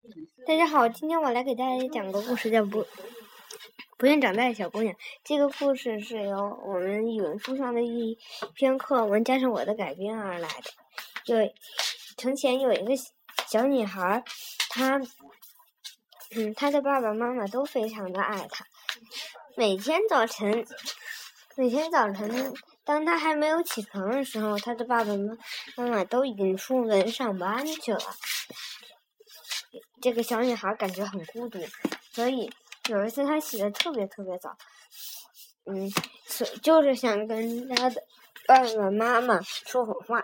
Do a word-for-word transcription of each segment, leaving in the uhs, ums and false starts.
大家好，今天我来给大家讲个故事，叫不不愿长大的小姑娘。这个故事是由我们语文书上的一篇课文加上我的改编而来的。有从前有一个小女孩，她嗯，她的爸爸妈妈都非常的爱她。每天早晨，每天早晨，当她还没有起床的时候，她的爸爸妈妈都已经出门上班去了。这个小女孩感觉很孤独，所以有一次她起得特别特别早，嗯，所就是想跟她的爸爸妈妈说会话。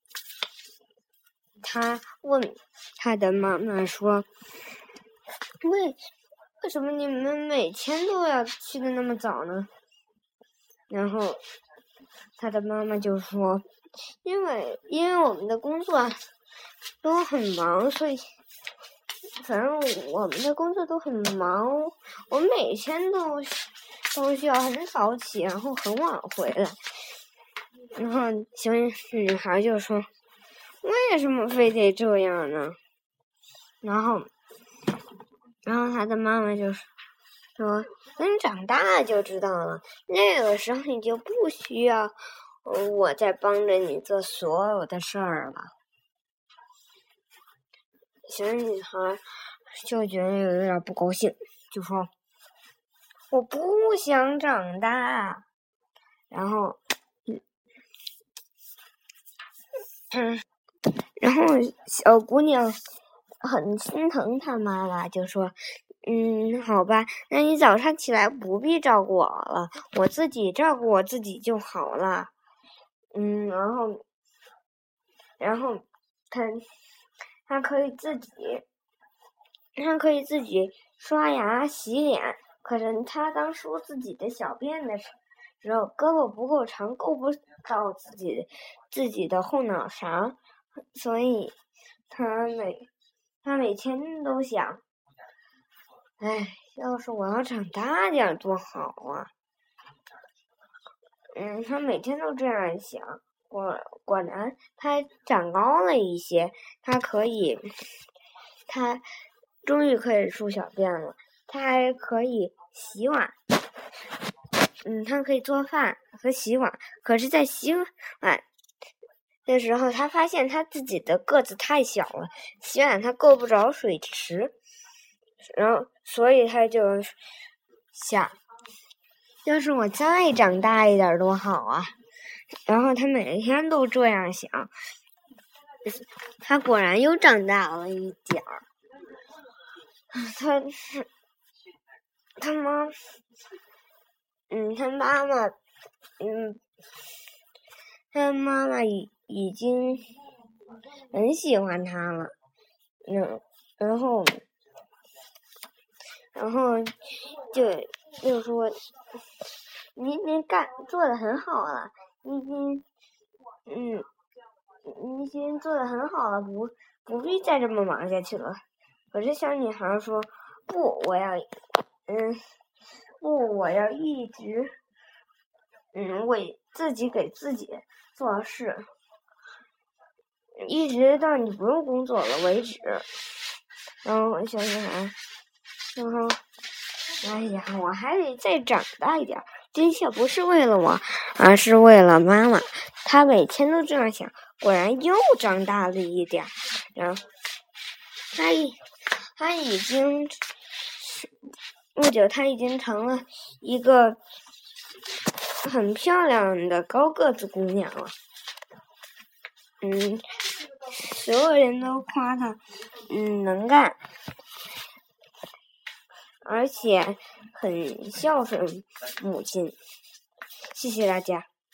她问她的妈妈说：“为为什么你们每天都要起得那么早呢？”然后她的妈妈就说：“因为因为我们的工作都很忙，所以。”反正我们的工作都很忙，我们每天都都需要很早起，然后很晚回来。然后小女孩就说：“为什么非得这样呢？”然后，然后她的妈妈就说：“等你长大了就知道了，那个时候你就不需要我再帮着你做所有的事儿了。”小女孩就觉得有点不高兴，就说：“我不想长大。”然后，嗯，然后小姑娘很心疼她妈妈，就说：“嗯，好吧，那你早上起来不必照顾我了，我自己照顾我自己就好了。”嗯，然后，然后她她可以自己。他可以自己刷牙洗脸，可是他当梳自己的小便的时候，胳膊不够长，够不到自己自己的后脑勺，所以他每他每天都想，哎，要是我要长大点多好啊！嗯，他每天都这样想，果果然他长高了一些，他可以，他。终于可以梳小便了，他还可以洗碗，嗯，他可以做饭和洗碗。可是，在洗碗的时候，他发现他自己的个子太小了，洗碗他够不着水池，然后，所以他就想，要是我再长大一点多好啊！然后他每天都这样想，他果然又长大了一点儿。他是他妈，嗯，他妈妈，嗯，他妈妈已已经很喜欢他了，嗯，然后，然后就就说，你你干做的很好了，你已经，嗯，你已经做的很好了，不不必再这么忙下去了。可是小女孩说：“不，我要，嗯，不，我要一直，嗯，为自己给自己做事，一直到你不用工作了为止。”然后小女孩，然后，哎呀，我还得再长大一点，这一切不是为了我，而是为了妈妈。她每天都这样想，果然又长大了一点，然后，她一。她已经不久，她已经成了一个很漂亮的高个子姑娘了。嗯，所有人都夸她，嗯，能干，而且很孝顺母亲。谢谢大家。